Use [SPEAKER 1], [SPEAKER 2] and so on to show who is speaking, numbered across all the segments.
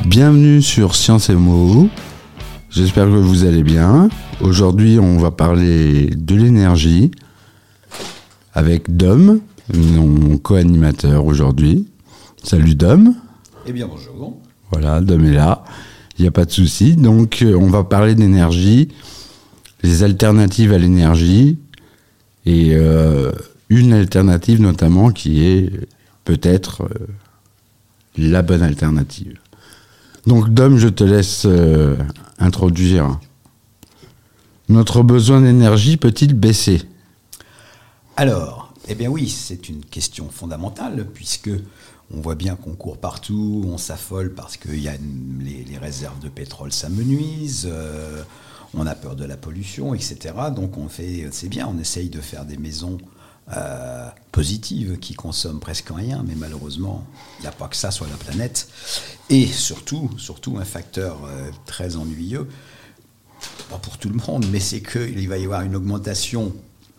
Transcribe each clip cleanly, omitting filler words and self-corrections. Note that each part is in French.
[SPEAKER 1] Bienvenue sur Science et Mots. J'espère que vous allez bien. Aujourd'hui, on va parler de l'énergie avec Dom, mon co-animateur aujourd'hui. Salut Dom.
[SPEAKER 2] Eh bien, bonjour.
[SPEAKER 1] Voilà, Dom est là. Il n'y a pas de souci. Donc, on va parler d'énergie, les alternatives à l'énergie et une alternative notamment qui est peut-être la bonne alternative. Donc, Dom, je te laisse introduire. Notre besoin d'énergie peut-il baisser ?
[SPEAKER 2] Alors, eh bien oui, c'est une question fondamentale puisque on voit bien qu'on court partout, on s'affole parce que les réserves de pétrole s'amenuisent, on a peur de la pollution, etc. Donc c'est bien, on essaye de faire des maisons positives qui consomment presque rien, mais malheureusement, il n'y a pas que ça sur la planète. Et surtout un facteur très ennuyeux, pas pour tout le monde, mais c'est qu'il va y avoir une augmentation.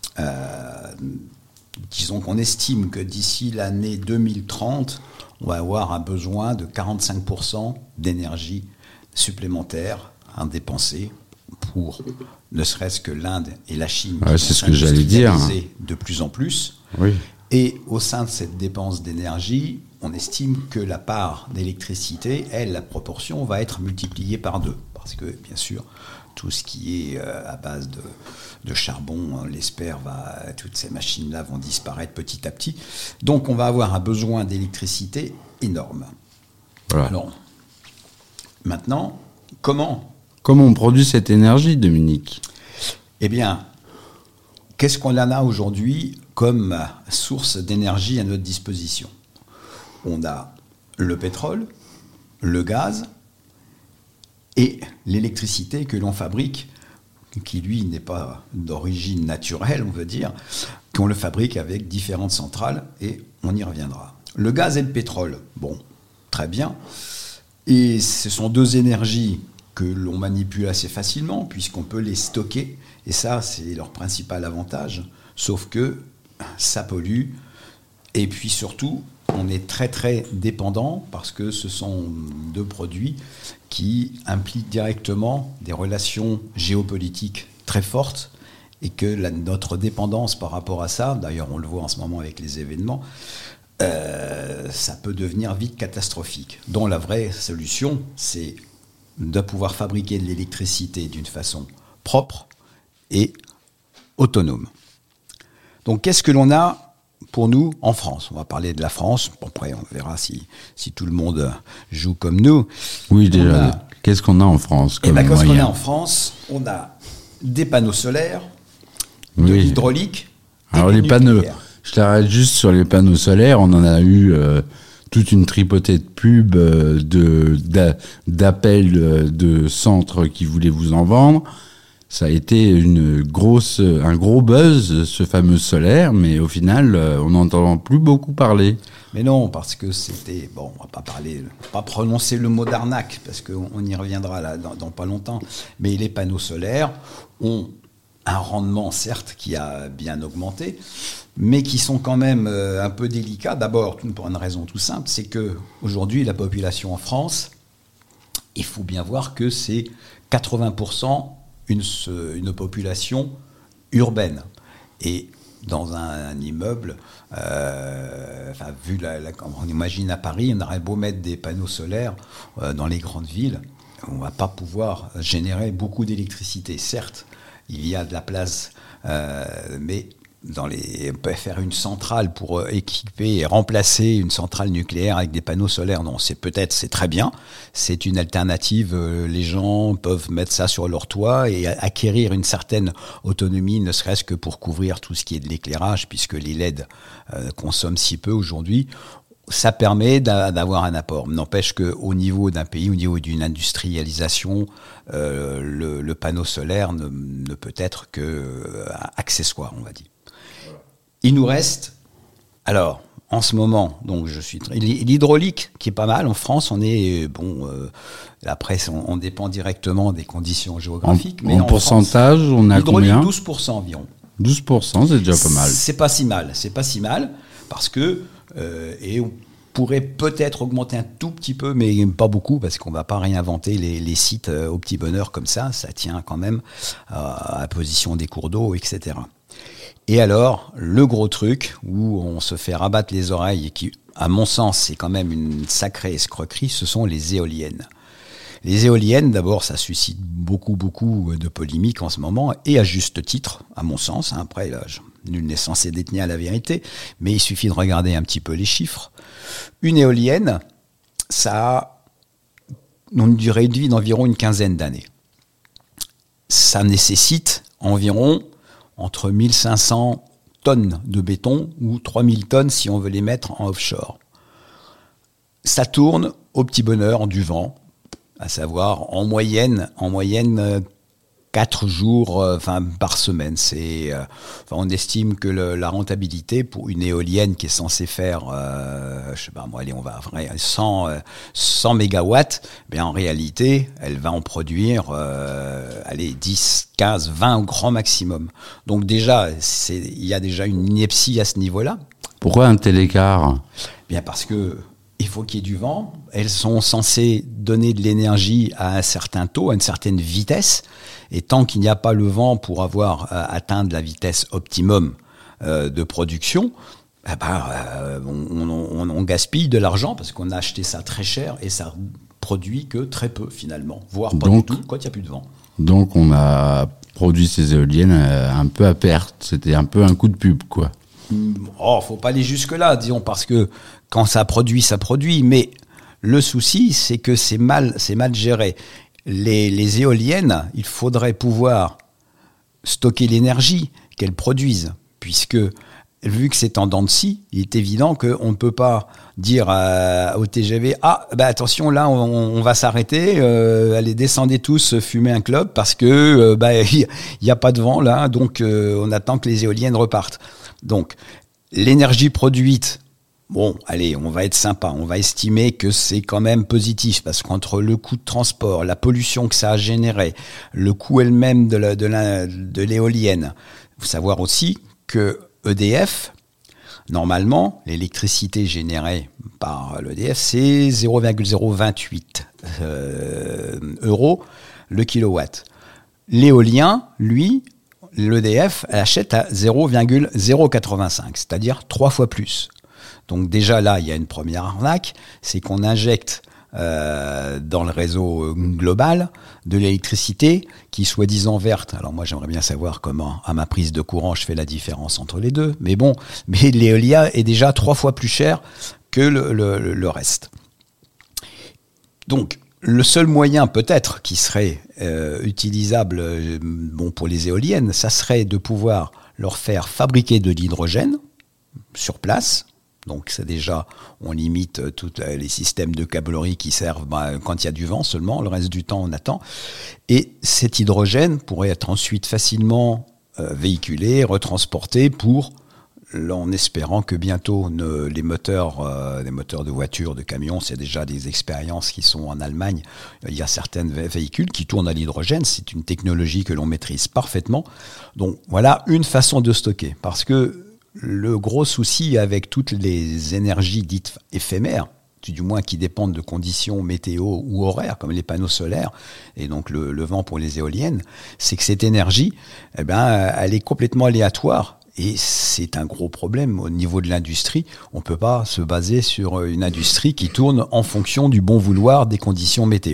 [SPEAKER 2] Disons qu'on estime que d'ici l'année 2030, on va avoir un besoin de 45% d'énergie supplémentaire à dépenser pour ne serait-ce que l'Inde et la Chine.
[SPEAKER 1] Ouais, c'est ce que j'allais dire.
[SPEAKER 2] De plus en plus.
[SPEAKER 1] Oui.
[SPEAKER 2] Et au sein de cette dépense d'énergie, on estime que la part d'électricité, la proportion va être multipliée par 2. Parce que, bien sûr, tout ce qui est à base de charbon, on l'espère, toutes ces machines-là vont disparaître petit à petit. Donc, on va avoir un besoin d'électricité énorme.
[SPEAKER 1] Voilà.
[SPEAKER 2] Alors, maintenant, comment
[SPEAKER 1] on produit cette énergie, Dominique ?
[SPEAKER 2] Eh bien, qu'est-ce qu'on en a aujourd'hui comme source d'énergie à notre disposition ? On a le pétrole, le gaz et l'électricité que l'on fabrique, qui lui n'est pas d'origine naturelle, on veut dire, qu'on le fabrique avec différentes centrales, et on y reviendra. Le gaz et le pétrole, bon, très bien. Et ce sont deux énergies que l'on manipule assez facilement, puisqu'on peut les stocker, et ça, c'est leur principal avantage, sauf que ça pollue, et puis surtout, on est très très dépendant, parce que ce sont deux produits qui impliquent directement des relations géopolitiques très fortes, et que notre dépendance par rapport à ça, d'ailleurs on le voit en ce moment avec les événements, ça peut devenir vite catastrophique. Donc la vraie solution, c'est de pouvoir fabriquer de l'électricité d'une façon propre et autonome. Donc qu'est-ce que l'on a pour nous en France ? On va parler de la France. Bon, après, on verra si tout le monde joue comme nous.
[SPEAKER 1] Oui, déjà, qu'est-ce qu'on a en France comme
[SPEAKER 2] qu'est-ce
[SPEAKER 1] moyen ?
[SPEAKER 2] qu'on a en France ? On a des panneaux solaires, de
[SPEAKER 1] Oui.
[SPEAKER 2] l'hydraulique.
[SPEAKER 1] Alors les panneaux, je t'arrête juste sur les panneaux solaires. On en a eu toute une tripotée de pubs, d'appels de centres qui voulaient vous en vendre. Ça a été un gros buzz, ce fameux solaire, mais au final, on n'entend plus beaucoup parler.
[SPEAKER 2] Mais non, parce que c'était... Bon, on va pas prononcer le mot d'arnaque, parce qu'on y reviendra là dans pas longtemps. Mais les panneaux solaires ont un rendement, certes, qui a bien augmenté, mais qui sont quand même un peu délicats. D'abord, pour une raison tout simple, c'est qu'aujourd'hui, la population en France, il faut bien voir que c'est 80% une population urbaine. Et dans un immeuble, comme on imagine à Paris, on aurait beau mettre des panneaux solaires dans les grandes villes, on ne va pas pouvoir générer beaucoup d'électricité. Certes, il y a de la place, mais on peut faire une centrale pour équiper et remplacer une centrale nucléaire avec des panneaux solaires. Non, c'est très bien. C'est une alternative. Les gens peuvent mettre ça sur leur toit et acquérir une certaine autonomie, ne serait-ce que pour couvrir tout ce qui est de l'éclairage, puisque les LED consomment si peu aujourd'hui. Ça permet d'avoir un apport. N'empêche qu'au niveau d'un pays, au niveau d'une industrialisation, le panneau solaire ne peut être qu'accessoire, on va dire. Il nous reste, alors, en ce moment, donc l'hydraulique qui est pas mal. En France, on est, après, on dépend directement des conditions géographiques.
[SPEAKER 1] Mais en pourcentage, France, on a combien ?
[SPEAKER 2] 12% environ.
[SPEAKER 1] 12%, c'est déjà pas mal.
[SPEAKER 2] C'est pas si mal, parce que, et pourrait peut-être augmenter un tout petit peu, mais pas beaucoup, parce qu'on ne va pas réinventer les sites au petit bonheur comme ça tient quand même à la position des cours d'eau, etc. Et alors, le gros truc, où on se fait rabattre les oreilles, et qui, à mon sens, c'est quand même une sacrée escroquerie, ce sont les éoliennes. Les éoliennes, d'abord, ça suscite beaucoup de polémiques en ce moment, et à juste titre, à mon sens. Après, là, nul n'est censé détenir la vérité, mais il suffit de regarder un petit peu les chiffres. Une éolienne, ça a une durée de vie d'environ une quinzaine d'années. Ça nécessite environ entre 1500 tonnes de béton ou 3000 tonnes si on veut les mettre en offshore. Ça tourne au petit bonheur du vent, à savoir en moyenne 4 jours par semaine. On estime que la rentabilité pour une éolienne qui est censée faire, on va 100 mégawatts, mais en réalité, elle va en produire 10, 15, 20 au grand maximum. Donc déjà, il y a déjà une ineptie à ce niveau-là.
[SPEAKER 1] Pourquoi un tel écart ?
[SPEAKER 2] Bien parce que il faut qu'il y ait du vent. Elles sont censées donner de l'énergie à un certain taux, à une certaine vitesse. Et tant qu'il n'y a pas le vent pour atteindre la vitesse optimum de production, on gaspille de l'argent parce qu'on a acheté ça très cher et ça produit que très peu finalement, voire pas du tout quand il n'y a plus de vent.
[SPEAKER 1] Donc on a produit ces éoliennes un peu à perte. C'était un peu un coup de pub, quoi.
[SPEAKER 2] Faut pas aller jusque-là, disons, parce que quand ça produit, mais le souci, c'est que c'est mal géré. Les éoliennes, il faudrait pouvoir stocker l'énergie qu'elles produisent, puisque vu que c'est en dents de scie, il est évident qu'on ne peut pas dire au TGV « Ah, attention, là, on va s'arrêter, allez, descendez tous fumer un clope, parce que il n'y a pas de vent, là, donc on attend que les éoliennes repartent. » Donc, l'énergie produite, on va être sympa, on va estimer que c'est quand même positif, parce qu'entre le coût de transport, la pollution que ça a généré, le coût elle-même de l'éolienne, il faut savoir aussi que EDF, normalement, l'électricité générée par l'EDF, c'est 0,028 euros le kilowatt. L'éolien, lui, l'EDF achète à 0,085, c'est-à-dire 3 fois plus. Donc déjà là, il y a une première arnaque, c'est qu'on injecte dans le réseau global de l'électricité qui est soi-disant verte. Alors moi, j'aimerais bien savoir comment, à ma prise de courant, je fais la différence entre les deux. Mais l'éolien est déjà 3 fois plus cher que le reste. Donc, le seul moyen peut-être qui serait utilisable pour les éoliennes, ça serait de pouvoir leur faire fabriquer de l'hydrogène sur place. Donc c'est déjà, on limite tous les systèmes de câblerie qui servent quand il y a du vent seulement, le reste du temps on attend. Et cet hydrogène pourrait être ensuite facilement véhiculé, retransporté en espérant que bientôt les moteurs de voitures, de camions, c'est déjà des expériences qui sont en Allemagne. Il y a certains véhicules qui tournent à l'hydrogène. C'est une technologie que l'on maîtrise parfaitement. Donc voilà une façon de stocker. Parce que le gros souci avec toutes les énergies dites éphémères, du moins qui dépendent de conditions météo ou horaires, comme les panneaux solaires, et donc le vent pour les éoliennes, c'est que cette énergie, elle est complètement aléatoire. Et c'est un gros problème au niveau de l'industrie. On ne peut pas se baser sur une industrie qui tourne en fonction du bon vouloir des conditions météo.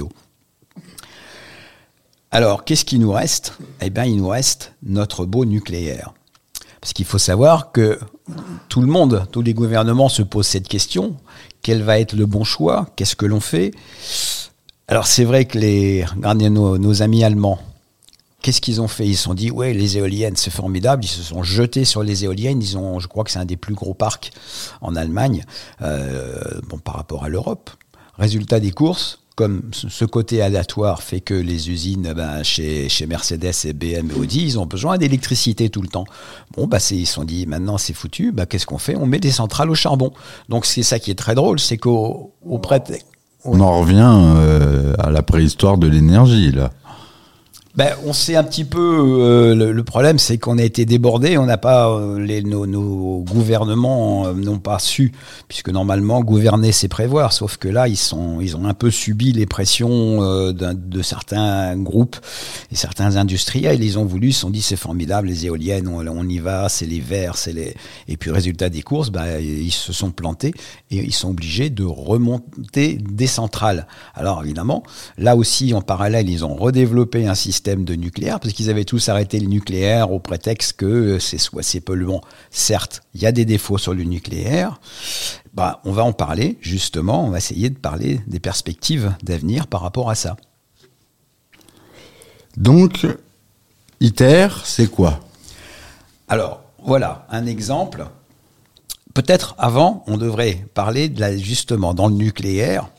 [SPEAKER 2] Alors, qu'est-ce qui nous reste ? Il nous reste notre beau nucléaire. Parce qu'il faut savoir que tous les gouvernements se posent cette question. Quel va être le bon choix ? Qu'est-ce que l'on fait ? Alors, c'est vrai que regardez nos amis allemands. Qu'est-ce qu'ils ont fait ? Ils se sont dit, ouais, les éoliennes, c'est formidable. Ils se sont jetés sur les éoliennes. Je crois que c'est un des plus gros parcs en Allemagne, par rapport à l'Europe. Résultat des courses, comme ce côté aléatoire fait que les usines, chez Mercedes et BMW et Audi, ils ont besoin d'électricité tout le temps. Ils se sont dit, maintenant c'est foutu, qu'est-ce qu'on fait ? On met des centrales au charbon. Donc c'est ça qui est très drôle, c'est on
[SPEAKER 1] en revient à la préhistoire de l'énergie, là.
[SPEAKER 2] On sait un petit peu, le problème c'est qu'on a été débordé, on n'a pas, nos gouvernements n'ont pas su, puisque normalement gouverner c'est prévoir, sauf que là ils ont un peu subi les pressions de certains groupes et certains industriels, ils ont voulu, ils se sont dit c'est formidable, les éoliennes, on y va, c'est les verts, et puis résultat des courses, ils se sont plantés et ils sont obligés de remonter des centrales. Alors évidemment, là aussi en parallèle, ils ont redéveloppé un système de nucléaire, parce qu'ils avaient tous arrêté le nucléaire au prétexte que c'est polluant. Certes, il y a des défauts sur le nucléaire. On va en parler, justement, on va essayer de parler des perspectives d'avenir par rapport à ça.
[SPEAKER 1] Donc, ITER, c'est quoi ?
[SPEAKER 2] Alors, voilà, un exemple. Peut-être avant, on devrait parler justement, dans le nucléaire,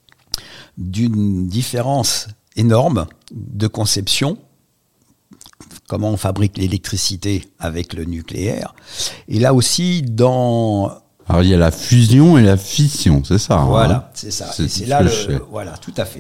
[SPEAKER 2] d'une différence énorme de conception, comment on fabrique l'électricité avec le nucléaire. Et là aussi,
[SPEAKER 1] Alors, il y a la fusion et la fission, c'est ça ?
[SPEAKER 2] Voilà, c'est ça. Et c'est là, voilà, tout à fait.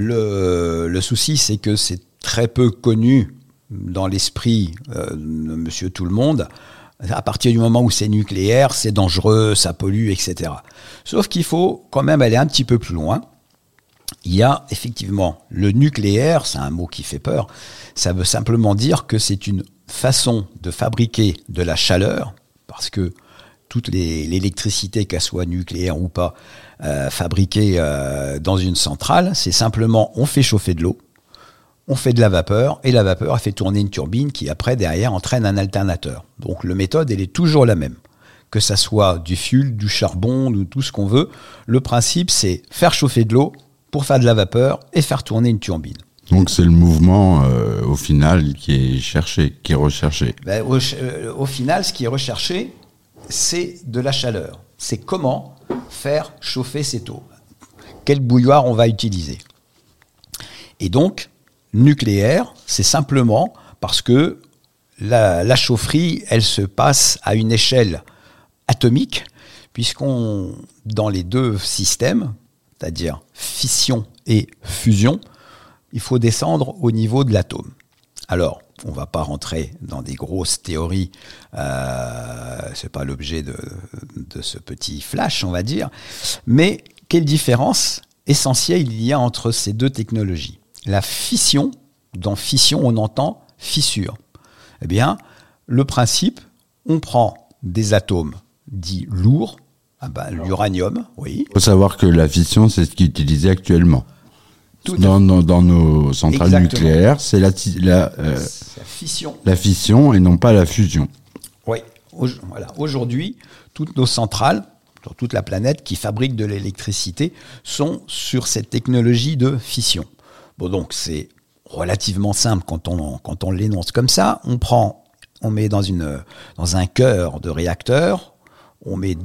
[SPEAKER 2] Le souci, c'est que c'est très peu connu dans l'esprit de Monsieur Tout-le-Monde. À partir du moment où c'est nucléaire, c'est dangereux, ça pollue, etc. Sauf qu'il faut quand même aller un petit peu plus loin. Il y a effectivement le nucléaire, c'est un mot qui fait peur, ça veut simplement dire que c'est une façon de fabriquer de la chaleur, parce que toute l'électricité, qu'elle soit nucléaire ou pas, fabriquée dans une centrale, c'est simplement on fait chauffer de l'eau, on fait de la vapeur, et la vapeur a fait tourner une turbine qui après derrière entraîne un alternateur. Donc la méthode elle est toujours la même. Que ça soit du fioul, du charbon, ou tout ce qu'on veut, le principe c'est faire chauffer de l'eau, pour faire de la vapeur et faire tourner une turbine.
[SPEAKER 1] Donc c'est le mouvement au final qui est cherché, qui est recherché.
[SPEAKER 2] Au final, ce qui est recherché, c'est de la chaleur. C'est comment faire chauffer cette eau. Quel bouilloire on va utiliser. Et donc, nucléaire, c'est simplement parce que la chaufferie, elle se passe à une échelle atomique, dans les deux systèmes, c'est-à-dire fission et fusion, il faut descendre au niveau de l'atome. Alors, on ne va pas rentrer dans des grosses théories, ce n'est pas l'objet de ce petit flash, on va dire, mais quelle différence essentielle il y a entre ces deux technologies ? La fission, dans fission on entend fissure. Eh bien, le principe, on prend des atomes dits lourds, l'uranium, oui.
[SPEAKER 1] Il faut savoir que la fission, c'est ce qui est utilisé actuellement. Dans nos centrales nucléaires, c'est la
[SPEAKER 2] fission.
[SPEAKER 1] La fission et non pas la fusion.
[SPEAKER 2] Oui, voilà. Aujourd'hui, toutes nos centrales, sur toute la planète, qui fabriquent de l'électricité, sont sur cette technologie de fission. Bon, donc c'est relativement simple quand on l'énonce comme ça. On met dans un cœur de réacteur. On met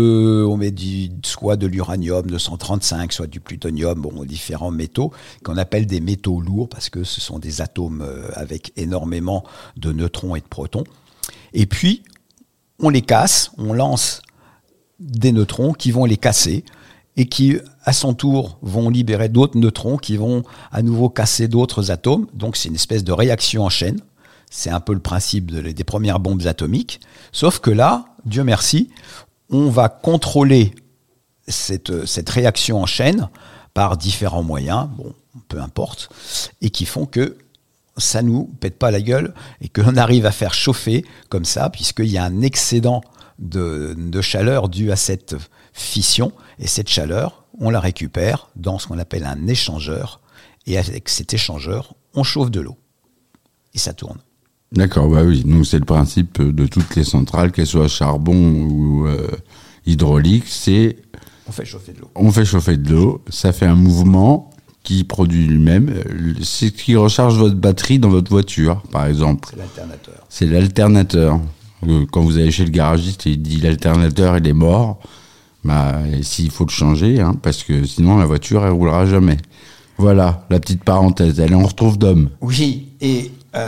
[SPEAKER 2] soit de l'uranium 235, soit du plutonium, différents métaux qu'on appelle des métaux lourds parce que ce sont des atomes avec énormément de neutrons et de protons. Et puis, on les casse, on lance des neutrons qui vont les casser et qui, à son tour, vont libérer d'autres neutrons qui vont à nouveau casser d'autres atomes. Donc, c'est une espèce de réaction en chaîne. C'est un peu le principe des premières bombes atomiques. Sauf que là, Dieu merci, on va contrôler cette réaction en chaîne par différents moyens, peu importe, et qui font que ça nous pète pas la gueule et que l'on arrive à faire chauffer comme ça, puisqu'il y a un excédent de chaleur dû à cette fission. Et cette chaleur, on la récupère dans ce qu'on appelle un échangeur. Et avec cet échangeur, on chauffe de l'eau. Et ça tourne.
[SPEAKER 1] D'accord, oui. Donc c'est le principe de toutes les centrales, qu'elles soient charbon ou hydraulique, c'est...
[SPEAKER 2] On fait chauffer de l'eau.
[SPEAKER 1] On fait chauffer de l'eau, ça fait un mouvement qui produit lui-même. C'est ce qui recharge votre batterie dans votre voiture, par exemple.
[SPEAKER 2] C'est l'alternateur.
[SPEAKER 1] C'est l'alternateur. Quand vous allez chez le garagiste et il dit l'alternateur il est mort, s'il faut le changer, parce que sinon la voiture elle roulera jamais. Voilà, la petite parenthèse. Allez, on retrouve Dom.
[SPEAKER 2] Oui, et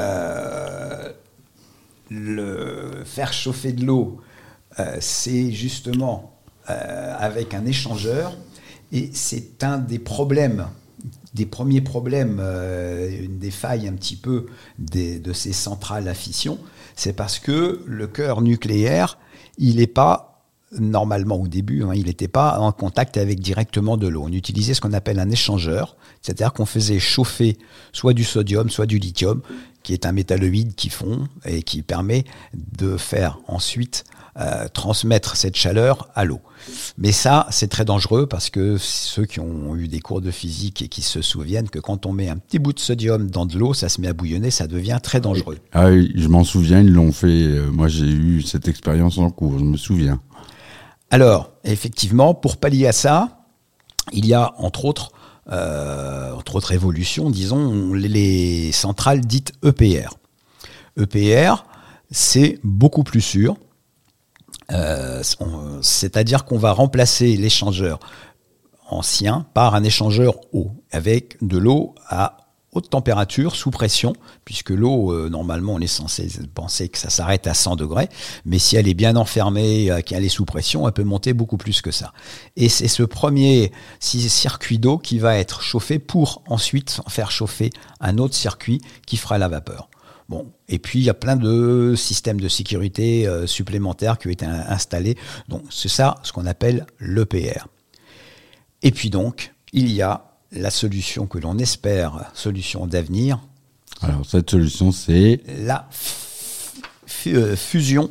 [SPEAKER 2] le faire chauffer de l'eau, c'est justement avec un échangeur, et c'est un des problèmes des premiers problèmes, une des failles un petit peu de ces centrales à fission, c'est parce que le cœur nucléaire, il n'est pas, normalement au début, il n'était pas en contact avec directement de l'eau. On utilisait ce qu'on appelle un échangeur, c'est-à-dire qu'on faisait chauffer soit du sodium, soit du lithium, qui est un métalloïde qui fond et qui permet de faire ensuite transmettre cette chaleur à l'eau. Mais ça, c'est très dangereux parce que ceux qui ont eu des cours de physique et qui se souviennent que quand on met un petit bout de sodium dans de l'eau, ça se met à bouillonner, ça devient très dangereux.
[SPEAKER 1] Ah oui, je m'en souviens, ils l'ont fait. Moi, j'ai eu cette expérience en cours, je me souviens.
[SPEAKER 2] Alors, effectivement, pour pallier à ça, il y a entre autres évolutions, disons, les centrales dites EPR. EPR, c'est beaucoup plus sûr. C'est-à-dire qu'on va remplacer l'échangeur ancien par un échangeur eau, avec de l'eau à haute température, sous pression, puisque l'eau, normalement, on est censé penser que ça s'arrête à 100 degrés, mais si elle est bien enfermée, qu'elle est sous pression, elle peut monter beaucoup plus que ça. Et c'est ce premier circuit d'eau qui va être chauffé pour ensuite faire chauffer un autre circuit qui fera la vapeur. Bon, et puis il y a plein de systèmes de sécurité supplémentaires qui ont été installés. Donc c'est ça ce qu'on appelle l'EPR. Et puis donc, il y a la solution que l'on espère, solution d'avenir.
[SPEAKER 1] Alors cette solution, c'est
[SPEAKER 2] la fusion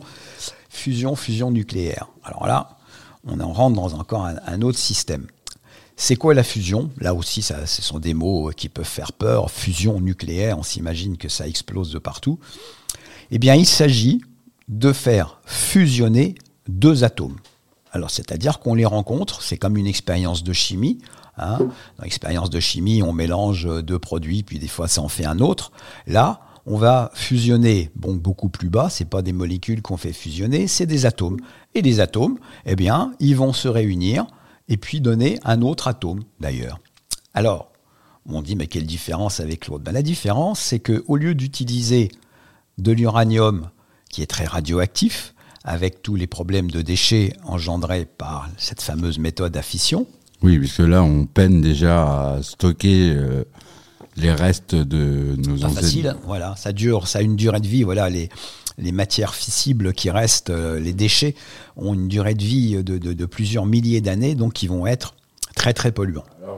[SPEAKER 2] nucléaire. Alors là, on en rentre dans encore un autre système. C'est quoi la fusion ? Là aussi, ce sont des mots qui peuvent faire peur. Fusion nucléaire, on s'imagine que ça explose de partout. Eh bien, il s'agit de faire fusionner deux atomes. Alors, c'est-à-dire qu'on les rencontre, c'est comme une expérience de chimie. Dans l'expérience de chimie, on mélange deux produits, puis des fois, ça en fait un autre. Là, on va fusionner beaucoup plus bas. C'est pas des molécules qu'on fait fusionner, c'est des atomes. Et les atomes, eh bien, ils vont se réunir et puis donner un autre atome, d'ailleurs. Alors, on dit, mais quelle différence avec l'autre ? La différence, c'est qu'au lieu d'utiliser de l'uranium, qui est très radioactif, avec tous les problèmes de déchets engendrés par cette fameuse méthode à fission.
[SPEAKER 1] Oui, puisque là, on peine déjà à stocker les restes de nos ancêtres.
[SPEAKER 2] Pas facile, voilà, ça a une durée de vie, voilà, les matières fissibles qui restent, les déchets, ont une durée de vie de plusieurs milliers d'années, donc qui vont être très très polluants.
[SPEAKER 1] Alors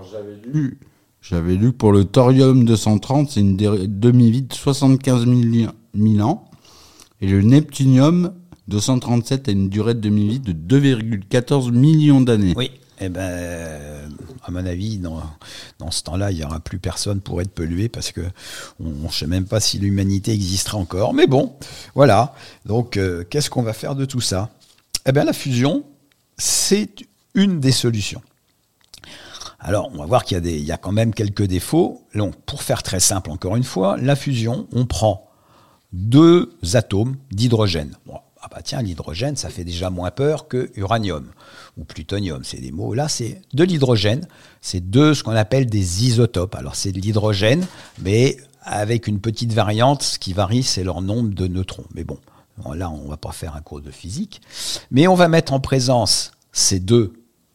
[SPEAKER 1] j'avais lu que pour le thorium-230, c'est une demi-vie de 75 000 ans, et le neptunium-237 a une durée de demi-vie de 2,14 millions d'années.
[SPEAKER 2] Oui, eh ben, à mon avis, dans ce temps-là, il n'y aura plus personne pour être pollué parce que on ne sait même pas si l'humanité existera encore. Mais bon, voilà. Donc, qu'est-ce qu'on va faire de tout ça ? Eh bien, la fusion, c'est une des solutions. Alors, on va voir qu'il y a quand même quelques défauts. Donc, pour faire très simple, encore une fois, la fusion, on prend deux atomes d'hydrogène. Bon, ah bah tiens, l'hydrogène, ça fait déjà moins peur que uranium ou plutonium. C'est des mots. Là, c'est de l'hydrogène. C'est ce qu'on appelle des isotopes. Alors, c'est de l'hydrogène, mais avec une petite variante. Ce qui varie, c'est leur nombre de neutrons. Mais bon, là, on ne va pas faire un cours de physique. Mais on va mettre en présence ces deux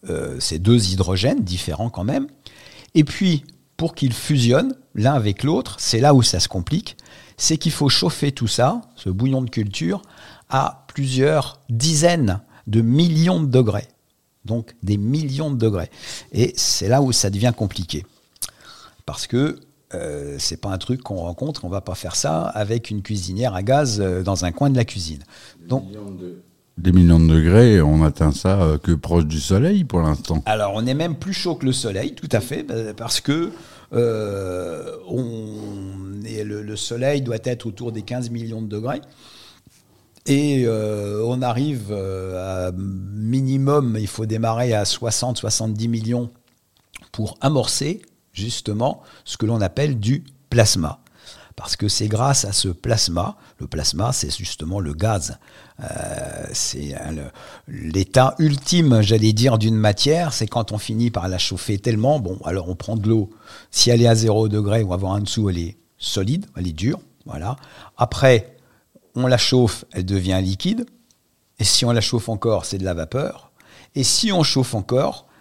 [SPEAKER 2] hydrogènes, différents quand même. Et puis, pour qu'ils fusionnent l'un avec l'autre, c'est là où ça se complique, c'est qu'il faut chauffer tout ça, ce bouillon de culture, à plusieurs dizaines de millions de degrés. Donc, des millions de degrés. Et c'est là où ça devient compliqué. Parce que c'est pas un truc qu'on rencontre, on va pas faire ça avec une cuisinière à gaz dans un coin de la cuisine. Donc,
[SPEAKER 1] des millions de degrés, on atteint ça que proche du soleil pour l'instant.
[SPEAKER 2] Alors, on est même plus chaud que le soleil, tout à fait, parce que le soleil doit être autour des 15 millions de degrés. Et on arrive à minimum, il faut démarrer à 60-70 millions pour amorcer justement ce que l'on appelle du plasma. Parce que c'est grâce à ce plasma, le plasma c'est justement le gaz, c'est l'état ultime, j'allais dire, d'une matière, c'est quand on finit par la chauffer tellement, alors on prend de l'eau, si elle est à 0 degré, on va voir en dessous, elle est solide, elle est dure, voilà. Après, on la chauffe, elle devient liquide, et si on la chauffe encore, c'est de la vapeur, et si on chauffe encore,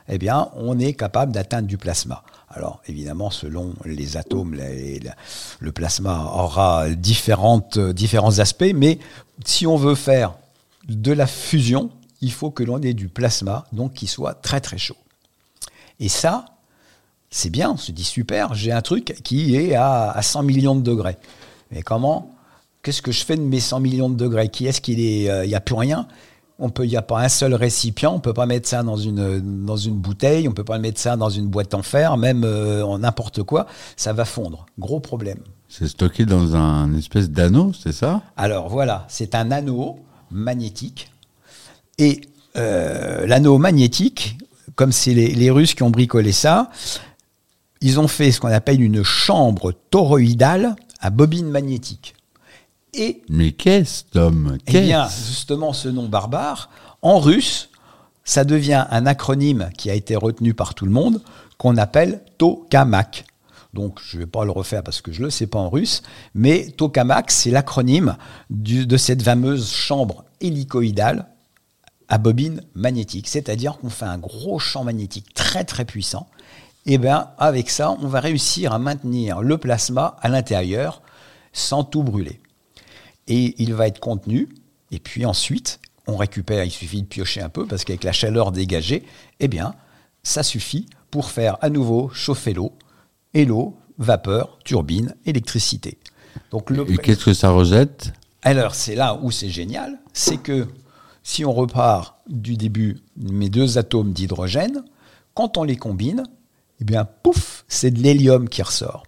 [SPEAKER 2] eh bien, on est capable d'atteindre du plasma. Alors, évidemment, selon les atomes, le plasma aura différents aspects, mais si on veut faire de la fusion, il faut que l'on ait du plasma, donc qui soit très très chaud. Et ça, c'est bien, on se dit super, j'ai un truc qui est à 100 millions de degrés. Mais qu'est-ce que je fais de mes 100 millions de degrés? Il n'y a plus rien. Il n'y a pas un seul récipient, on ne peut pas mettre ça dans une bouteille, on ne peut pas mettre ça dans une boîte en fer, même en n'importe quoi, ça va fondre. Gros problème.
[SPEAKER 1] C'est stocké dans un espèce d'anneau, c'est ça?
[SPEAKER 2] Alors voilà, c'est un anneau magnétique. Et l'anneau magnétique, comme c'est les Russes qui ont bricolé ça, ils ont fait ce qu'on appelle une chambre toroïdale à bobine magnétique.
[SPEAKER 1] Mais qu'est-ce, Tom?
[SPEAKER 2] Eh bien, justement, ce nom barbare, en russe, ça devient un acronyme qui a été retenu par tout le monde, qu'on appelle tokamak. Donc, je ne vais pas le refaire parce que je ne le sais pas en russe, mais tokamak, c'est l'acronyme de cette fameuse chambre hélicoïdale à bobine magnétique. C'est-à-dire qu'on fait un gros champ magnétique très très puissant. Et bien, avec ça, on va réussir à maintenir le plasma à l'intérieur sans tout brûler. Et il va être contenu, et puis ensuite, on récupère, il suffit de piocher un peu, parce qu'avec la chaleur dégagée, eh bien, ça suffit pour faire à nouveau chauffer l'eau, et l'eau, vapeur, turbine, électricité. Donc,
[SPEAKER 1] et qu'est-ce que ça rejette?
[SPEAKER 2] Alors, c'est là où c'est génial, c'est que si on repart du début, mes deux atomes d'hydrogène, quand on les combine, eh bien, pouf, c'est de l'hélium qui ressort.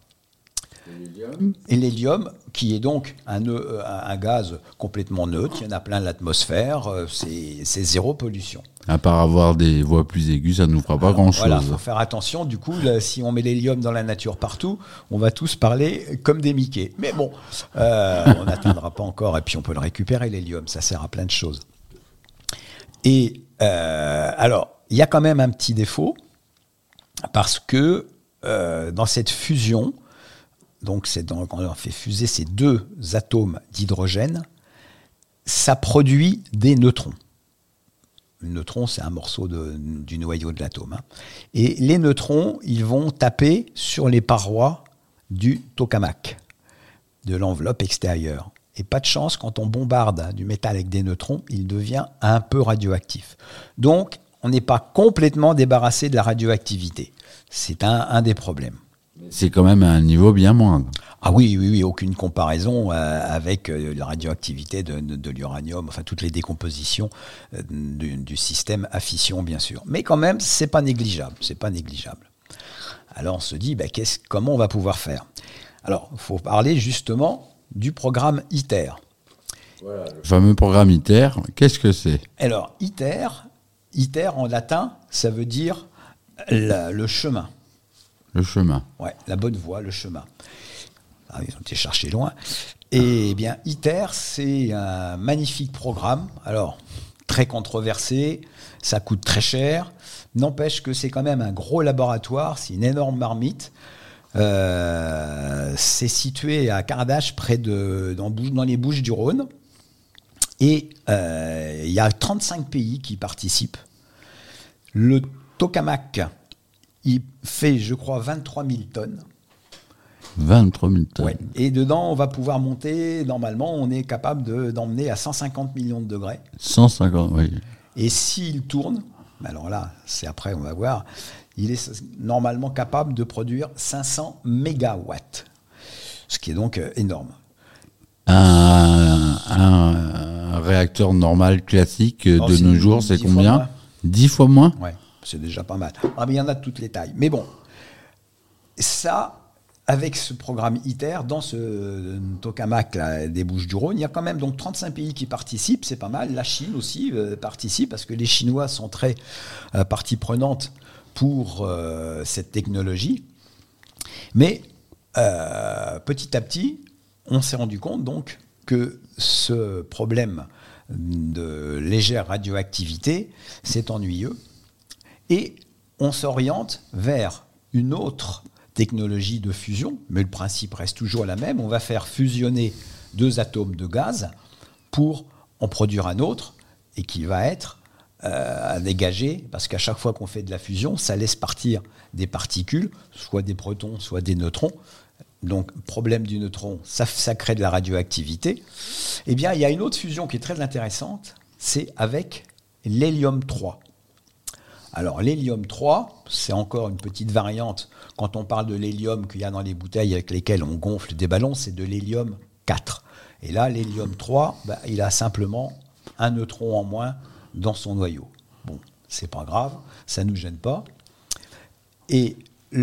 [SPEAKER 2] Et l'hélium, qui est donc un gaz complètement neutre, il y en a plein l'atmosphère, c'est zéro pollution.
[SPEAKER 1] À part avoir des voix plus aiguës, ça ne nous fera pas grand-chose.
[SPEAKER 2] Voilà, il faut faire attention, du coup, là, si on met l'hélium dans la nature partout, on va tous parler comme des Mickey. Mais bon, on n'atteindra pas encore, et puis on peut le récupérer, l'hélium, ça sert à plein de choses. Et alors, il y a quand même un petit défaut, parce que dans cette fusion, donc quand on fait fuser ces deux atomes d'hydrogène, ça produit des neutrons. Le neutron, c'est un morceau du noyau de l'atome. Hein. Et les neutrons, ils vont taper sur les parois du tokamak, de l'enveloppe extérieure. Et pas de chance, quand on bombarde du métal avec des neutrons, il devient un peu radioactif. Donc, on n'est pas complètement débarrassé de la radioactivité. C'est un des problèmes.
[SPEAKER 1] C'est quand même à un niveau bien moindre.
[SPEAKER 2] Ah oui, aucune comparaison avec la radioactivité de l'uranium, enfin toutes les décompositions du système à fission, bien sûr. Mais quand même, c'est pas négligeable. Alors on se dit, comment on va pouvoir faire? Alors, il faut parler justement du programme ITER.
[SPEAKER 1] Voilà, le fameux programme ITER, qu'est-ce que c'est? Alors,
[SPEAKER 2] ITER en latin, ça veut dire le chemin.
[SPEAKER 1] Le chemin.
[SPEAKER 2] Ouais, la bonne voie, le chemin. Ah, ils ont été chercher loin. Et bien, ITER, c'est un magnifique programme. Alors, très controversé, ça coûte très cher. N'empêche que c'est quand même un gros laboratoire, c'est une énorme marmite. C'est situé à Cardache, dans les Bouches-du-Rhône. Et il y a 35 pays qui participent. Le tokamak, il fait, je crois, 23 000 tonnes.
[SPEAKER 1] 23 000 tonnes.
[SPEAKER 2] Ouais. Et dedans, on va pouvoir monter, normalement, on est capable d'emmener à 150 millions de degrés.
[SPEAKER 1] 150, oui.
[SPEAKER 2] Et s'il tourne, alors là, c'est après, on va voir, il est normalement capable de produire 500 mégawatts. Ce qui est donc énorme.
[SPEAKER 1] Un réacteur normal, classique, de nos jours, c'est combien? 10 fois moins?
[SPEAKER 2] Ouais. C'est déjà pas mal. Ah, mais il y en a de toutes les tailles. Mais bon, ça, avec ce programme ITER, dans ce tokamak là, des Bouches-du-Rhône, il y a quand même donc 35 pays qui participent, c'est pas mal. La Chine aussi participe, parce que les Chinois sont très partie prenante pour cette technologie. Mais petit à petit, on s'est rendu compte donc que ce problème de légère radioactivité, c'est ennuyeux. Et on s'oriente vers une autre technologie de fusion, mais le principe reste toujours la même. On va faire fusionner deux atomes de gaz pour en produire un autre, et qui va être à dégager, parce qu'à chaque fois qu'on fait de la fusion, ça laisse partir des particules, soit des protons, soit des neutrons. Donc, problème du neutron, ça crée de la radioactivité. Eh bien, il y a une autre fusion qui est très intéressante, c'est avec l'hélium-3. Alors, l'hélium-3, c'est encore une petite variante. Quand on parle de l'hélium qu'il y a dans les bouteilles avec lesquelles on gonfle des ballons, c'est de l'hélium-4. Et là, l'hélium-3, il a simplement un neutron en moins dans son noyau. Bon, c'est pas grave, ça ne nous gêne pas. Et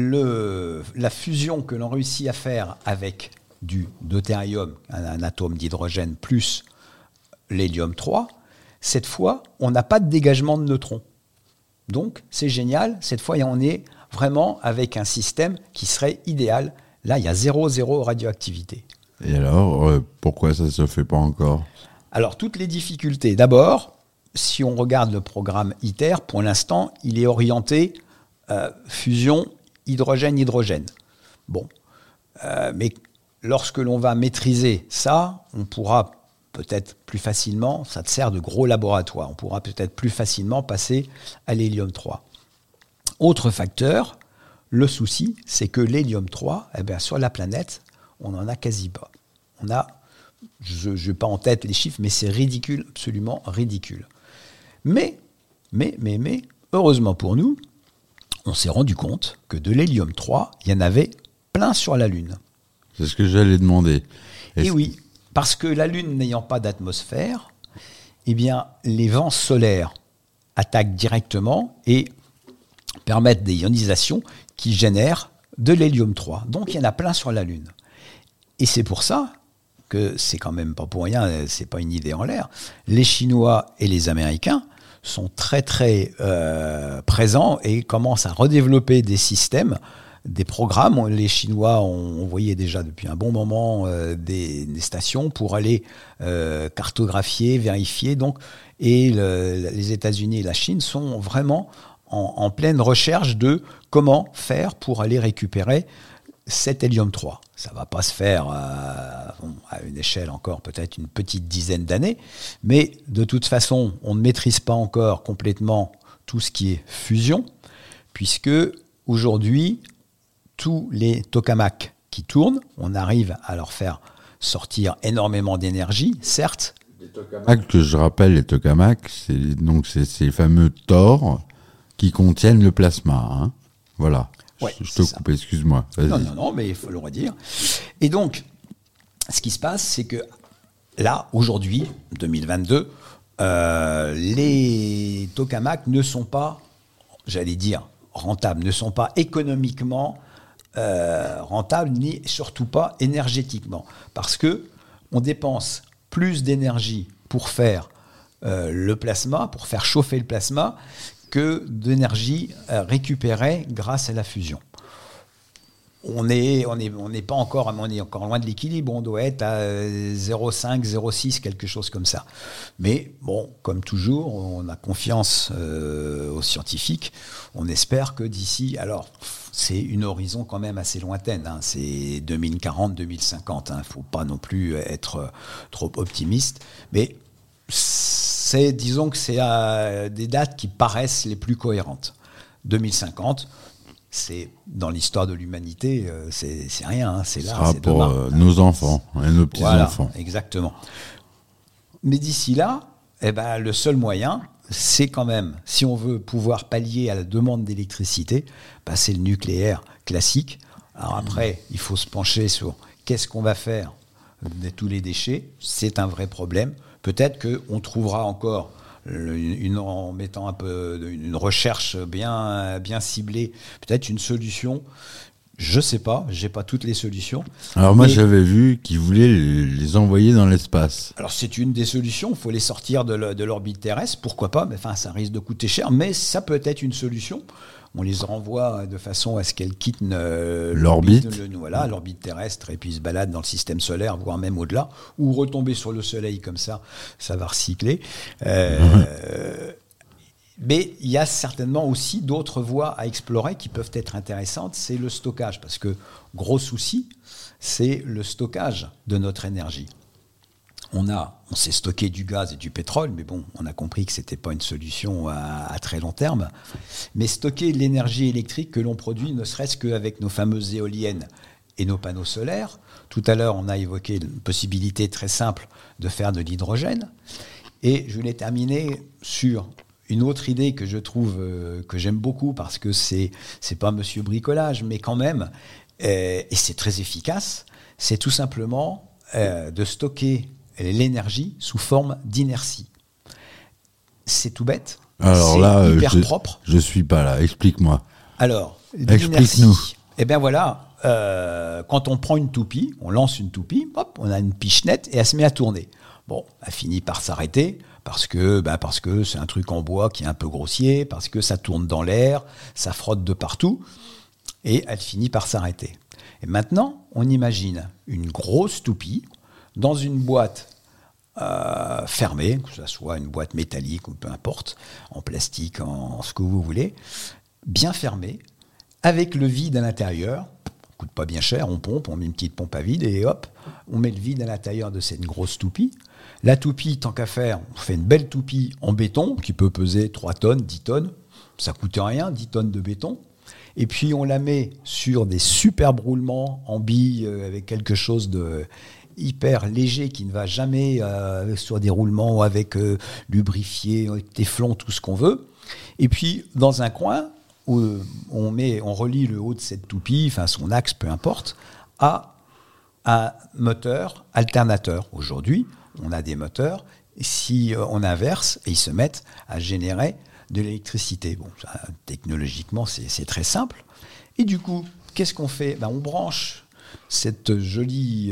[SPEAKER 2] la fusion que l'on réussit à faire avec du deutérium, un atome d'hydrogène, plus l'hélium-3, cette fois, on n'a pas de dégagement de neutrons. Donc, c'est génial. Cette fois, on est vraiment avec un système qui serait idéal. Là, il y a zéro radioactivité.
[SPEAKER 1] Et alors, pourquoi ça ne se fait pas encore ?
[SPEAKER 2] Alors, toutes les difficultés. D'abord, si on regarde le programme ITER, pour l'instant, il est orienté fusion hydrogène-hydrogène. Bon. Mais lorsque l'on va maîtriser ça, on pourra peut-être plus facilement, ça te sert de gros laboratoire, on pourra peut-être plus facilement passer à l'hélium-3. Autre facteur, le souci, c'est que l'hélium-3, sur la planète, on n'en a quasi pas. On a, je n'ai pas en tête les chiffres, mais c'est ridicule, absolument ridicule. Mais, heureusement pour nous, on s'est rendu compte que de l'hélium-3, il y en avait plein sur la Lune.
[SPEAKER 1] C'est ce que j'allais demander.
[SPEAKER 2] Et oui, parce que la Lune n'ayant pas d'atmosphère, eh bien, les vents solaires attaquent directement et permettent des ionisations qui génèrent de l'hélium-3. Donc, il y en a plein sur la Lune. Et c'est pour ça que c'est quand même pas pour rien, c'est pas une idée en l'air. Les Chinois et les Américains sont très présents et commencent à redévelopper des systèmes, des programmes. Les Chinois ont envoyé déjà depuis un bon moment des stations pour aller cartographier, vérifier. Donc, et les États-Unis et la Chine sont vraiment en pleine recherche de comment faire pour aller récupérer cet hélium-3. Ça ne va pas se faire à une échelle encore peut-être une petite dizaine d'années, mais de toute façon, on ne maîtrise pas encore complètement tout ce qui est fusion, puisque aujourd'hui, tous les tokamaks qui tournent, on arrive à leur faire sortir énormément d'énergie, certes.
[SPEAKER 1] Les tokamaks, que je rappelle, les tokamaks, c'est ces fameux tores qui contiennent le plasma. Hein. Voilà.
[SPEAKER 2] Ouais,
[SPEAKER 1] je te coupe, excuse-moi. Vas-y.
[SPEAKER 2] Non, mais il faut le redire. Et donc, ce qui se passe, c'est que là, aujourd'hui, 2022, les tokamaks ne sont pas, j'allais dire, rentables, ne sont pas économiquement rentables, ni surtout pas énergétiquement. Parce que on dépense plus d'énergie pour faire le plasma, pour faire chauffer le plasma, que d'énergie récupérée grâce à la fusion. On n'est pas encore, on est encore loin de l'équilibre, on doit être à 0,5, 0,6, quelque chose comme ça. Mais bon, comme toujours, on a confiance aux scientifiques, on espère que d'ici, alors c'est une horizon quand même assez lointaine, hein, c'est 2040, 2050, il ne faut pas non plus être trop optimiste, mais disons que c'est des dates qui paraissent les plus cohérentes. 2050, c'est dans l'histoire de l'humanité, c'est rien, hein, c'est là, c'est
[SPEAKER 1] pour
[SPEAKER 2] demain.
[SPEAKER 1] Nos enfants et nos petits-enfants.
[SPEAKER 2] Voilà, exactement. Mais d'ici là, le seul moyen, c'est quand même, si on veut pouvoir pallier à la demande d'électricité, c'est le nucléaire classique. Alors après, il faut se pencher sur qu'est-ce qu'on va faire de tous les déchets. C'est un vrai problème. Peut-être qu'on trouvera encore, en mettant un peu une recherche bien ciblée, peut-être une solution. Je ne sais pas, je n'ai pas toutes les solutions.
[SPEAKER 1] Alors moi, j'avais vu qu'ils voulaient les envoyer dans l'espace.
[SPEAKER 2] Alors c'est une des solutions, il faut les sortir de l'orbite terrestre, pourquoi pas, mais ça risque de coûter cher, mais ça peut être une solution. On les renvoie de façon à ce qu'elles quittent l'orbite terrestre et puis se baladent dans le système solaire, voire même au-delà, ou retomber sur le Soleil comme ça va recycler. Mais il y a certainement aussi d'autres voies à explorer qui peuvent être intéressantes, c'est le stockage, parce que gros souci, c'est le stockage de notre énergie. on s'est stocké du gaz et du pétrole, mais bon, on a compris que c'était pas une solution à très long terme. Mais stocker l'énergie électrique que l'on produit, ne serait-ce qu'avec nos fameuses éoliennes et nos panneaux solaires. Tout à l'heure, on a évoqué une possibilité très simple de faire de l'hydrogène. Et je voulais terminer sur une autre idée que je trouve que j'aime beaucoup, parce que c'est pas monsieur bricolage, mais quand même, et c'est très efficace, c'est tout simplement de stocker l'énergie sous forme d'inertie. C'est tout bête.
[SPEAKER 1] Alors
[SPEAKER 2] c'est
[SPEAKER 1] là,
[SPEAKER 2] hyper propre.
[SPEAKER 1] Je suis pas là. Explique-moi.
[SPEAKER 2] Alors,
[SPEAKER 1] explique-nous.
[SPEAKER 2] Eh bien voilà, quand on prend une toupie, on lance une toupie, hop, on a une pichenette et elle se met à tourner. Bon, elle finit par s'arrêter parce que c'est un truc en bois qui est un peu grossier, parce que ça tourne dans l'air, ça frotte de partout et elle finit par s'arrêter. Et maintenant, on imagine une grosse toupie dans une boîte fermée, que ce soit une boîte métallique ou peu importe, en plastique, en ce que vous voulez, bien fermée, avec le vide à l'intérieur. Coûte pas bien cher, on pompe, on met une petite pompe à vide et hop, on met le vide à l'intérieur de cette grosse toupie. La toupie, tant qu'à faire, on fait une belle toupie en béton qui peut peser 3 tonnes, 10 tonnes. Ça coûte rien, 10 tonnes de béton. Et puis on la met sur des superbes roulements en billes avec quelque chose de hyper léger qui ne va jamais sur des roulements avec lubrifié, téflon, tout ce qu'on veut. Et puis dans un coin, où on relie le haut de cette toupie, enfin son axe, peu importe, à un moteur alternateur. Aujourd'hui, on a des moteurs, et si on inverse, et ils se mettent à générer de l'électricité. Bon, ça, technologiquement, c'est très simple. Et du coup, qu'est-ce qu'on fait ? On branche cette jolie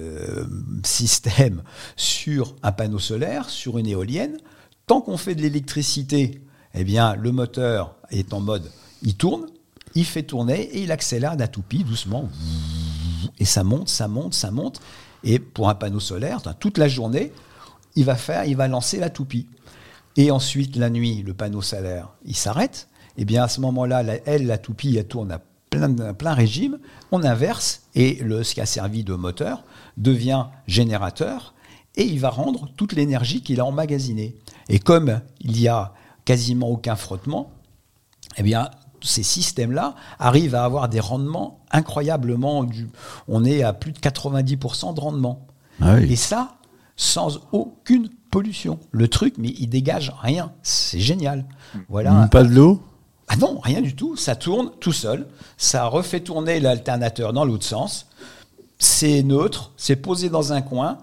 [SPEAKER 2] système sur un panneau solaire, sur une éolienne. Tant qu'on fait de l'électricité, eh bien, le moteur est en mode, il tourne, il fait tourner et il accélère la toupie doucement. Et ça monte, ça monte, ça monte. Et pour un panneau solaire, toute la journée, il va lancer la toupie. Et ensuite, la nuit, le panneau solaire, il s'arrête. Et bien, à ce moment-là, la toupie, elle tourne à plein régime. On inverse et ce qui a servi de moteur devient générateur et il va rendre toute l'énergie qu'il a emmagasinée. Et comme il y a quasiment aucun frottement, eh bien, ces systèmes-là arrivent à avoir des rendements incroyablement... On est à plus de 90% de rendement.
[SPEAKER 1] Ah oui.
[SPEAKER 2] Et ça, sans aucune pollution. Le truc, mais il dégage rien. C'est génial. Voilà.
[SPEAKER 1] Pas de l'eau ?
[SPEAKER 2] Ah non, rien du tout. Ça tourne tout seul. Ça refait tourner l'alternateur dans l'autre sens. C'est neutre. C'est posé dans un coin.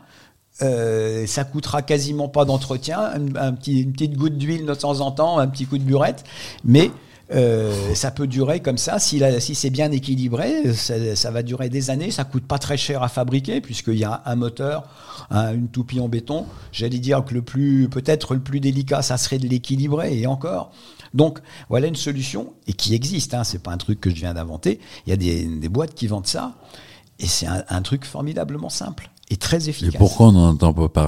[SPEAKER 2] Ça coûtera quasiment pas d'entretien, une petite goutte d'huile de temps en temps, un petit coup de burette, mais ça peut durer comme ça. Si c'est bien équilibré, ça va durer des années. Ça coûte pas très cher à fabriquer puisqu'il y a un moteur, une toupie en béton. J'allais dire que peut-être le plus délicat, ça serait de l'équilibrer et encore. Donc voilà une solution et qui existe. C'est pas un truc que je viens d'inventer. Il y a des boîtes qui vendent ça et c'est un truc formidablement simple. Et très efficace.
[SPEAKER 1] Et pourquoi on n'en entend pas parler ?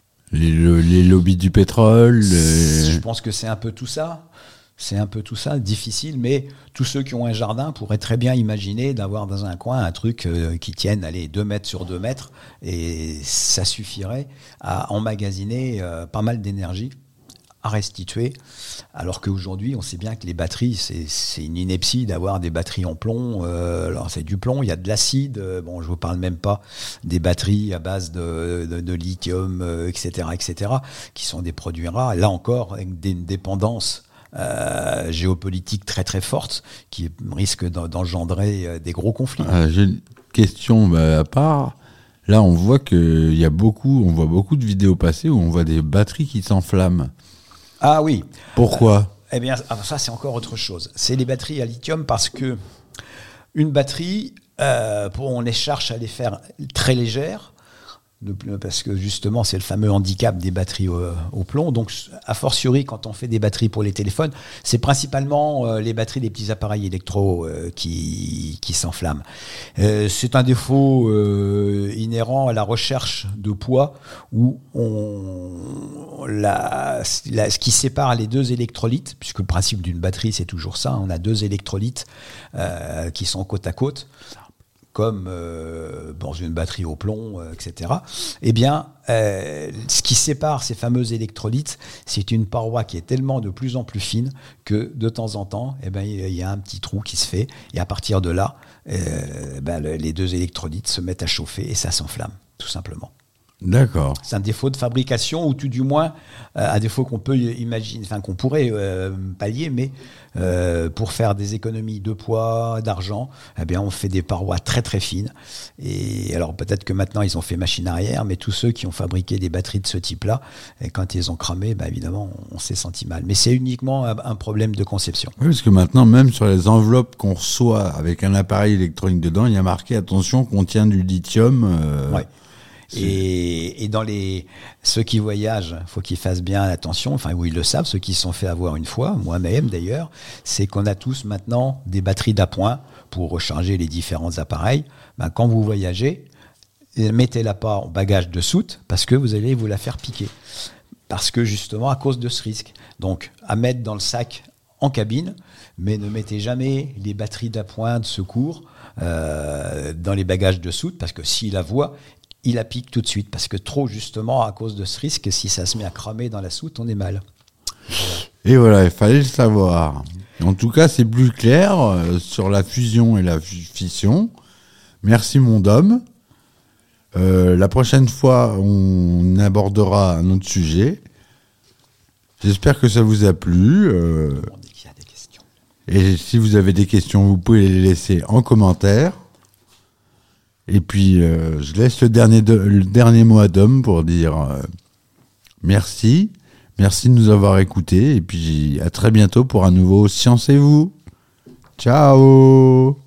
[SPEAKER 1] Les lobbies du pétrole
[SPEAKER 2] Je pense que c'est un peu tout ça. C'est un peu tout ça, difficile, mais tous ceux qui ont un jardin pourraient très bien imaginer d'avoir dans un coin un truc qui tienne 2 mètres sur 2 mètres et ça suffirait à emmagasiner pas mal d'énergie à restituer, alors qu'aujourd'hui on sait bien que les batteries c'est une ineptie d'avoir des batteries en plomb. Alors c'est du plomb, il y a de l'acide, bon je vous parle même pas des batteries à base de lithium, etc., qui sont des produits rares. Et là encore avec une dépendance géopolitique très très forte qui risque d'engendrer des gros conflits.
[SPEAKER 1] J'ai une question à part. Là on voit beaucoup de vidéos passer où on voit des batteries qui s'enflamment.
[SPEAKER 2] Ah oui.
[SPEAKER 1] Pourquoi ?
[SPEAKER 2] Eh bien, ça, c'est encore autre chose. C'est les batteries à lithium parce que une batterie, on les cherche à les faire très légères, parce que justement, c'est le fameux handicap des batteries au plomb. Donc, a fortiori, quand on fait des batteries pour les téléphones, c'est principalement les batteries des petits appareils électro qui s'enflamment. C'est un défaut inhérent à la recherche de poids où ce qui sépare les 2 électrolytes, puisque le principe d'une batterie, c'est toujours ça, on a 2 électrolytes qui sont côte à côte. comme dans une batterie au plomb, etc., eh bien, ce qui sépare ces fameux électrolytes, c'est une paroi qui est tellement de plus en plus fine que de temps en temps, eh ben, il y a un petit trou qui se fait, et à partir de là, les deux électrolytes se mettent à chauffer et ça s'enflamme, tout simplement.
[SPEAKER 1] D'accord.
[SPEAKER 2] C'est un défaut de fabrication, ou tout du moins un défaut qu'on peut imaginer, enfin qu'on pourrait pallier, mais pour faire des économies de poids, d'argent, eh bien on fait des parois très très fines. Et alors peut-être que maintenant ils ont fait machine arrière, mais tous ceux qui ont fabriqué des batteries de ce type-là, et quand ils ont cramé, évidemment on s'est senti mal. Mais c'est uniquement un problème de conception.
[SPEAKER 1] Oui, parce que maintenant, même sur les enveloppes qu'on reçoit avec un appareil électronique dedans, il y a marqué attention, contient du lithium.
[SPEAKER 2] Ouais. Et dans ceux qui voyagent, faut qu'ils fassent bien attention, enfin oui, ils le savent, ceux qui se sont fait avoir une fois, moi-même d'ailleurs, c'est qu'on a tous maintenant des batteries d'appoint pour recharger les différents appareils. Quand vous voyagez, mettez-la pas en bagage de soute parce que vous allez vous la faire piquer. Parce que justement, à cause de ce risque. Donc, à mettre dans le sac en cabine, mais ne mettez jamais les batteries d'appoint de secours dans les bagages de soute parce que s'il la voit, il la pique tout de suite, parce que trop justement, à cause de ce risque, si ça se met à cramer dans la soute, on est mal.
[SPEAKER 1] Et voilà, il fallait le savoir. En tout cas, c'est plus clair sur la fusion et la fission. Merci mon Dom. La prochaine fois, on abordera un autre sujet. J'espère que ça vous a plu. Et si vous avez des questions, vous pouvez les laisser en commentaire. Et puis, je laisse le dernier mot à Dom pour dire merci. Merci de nous avoir écoutés. Et puis, à très bientôt pour un nouveau Science et vous. Ciao!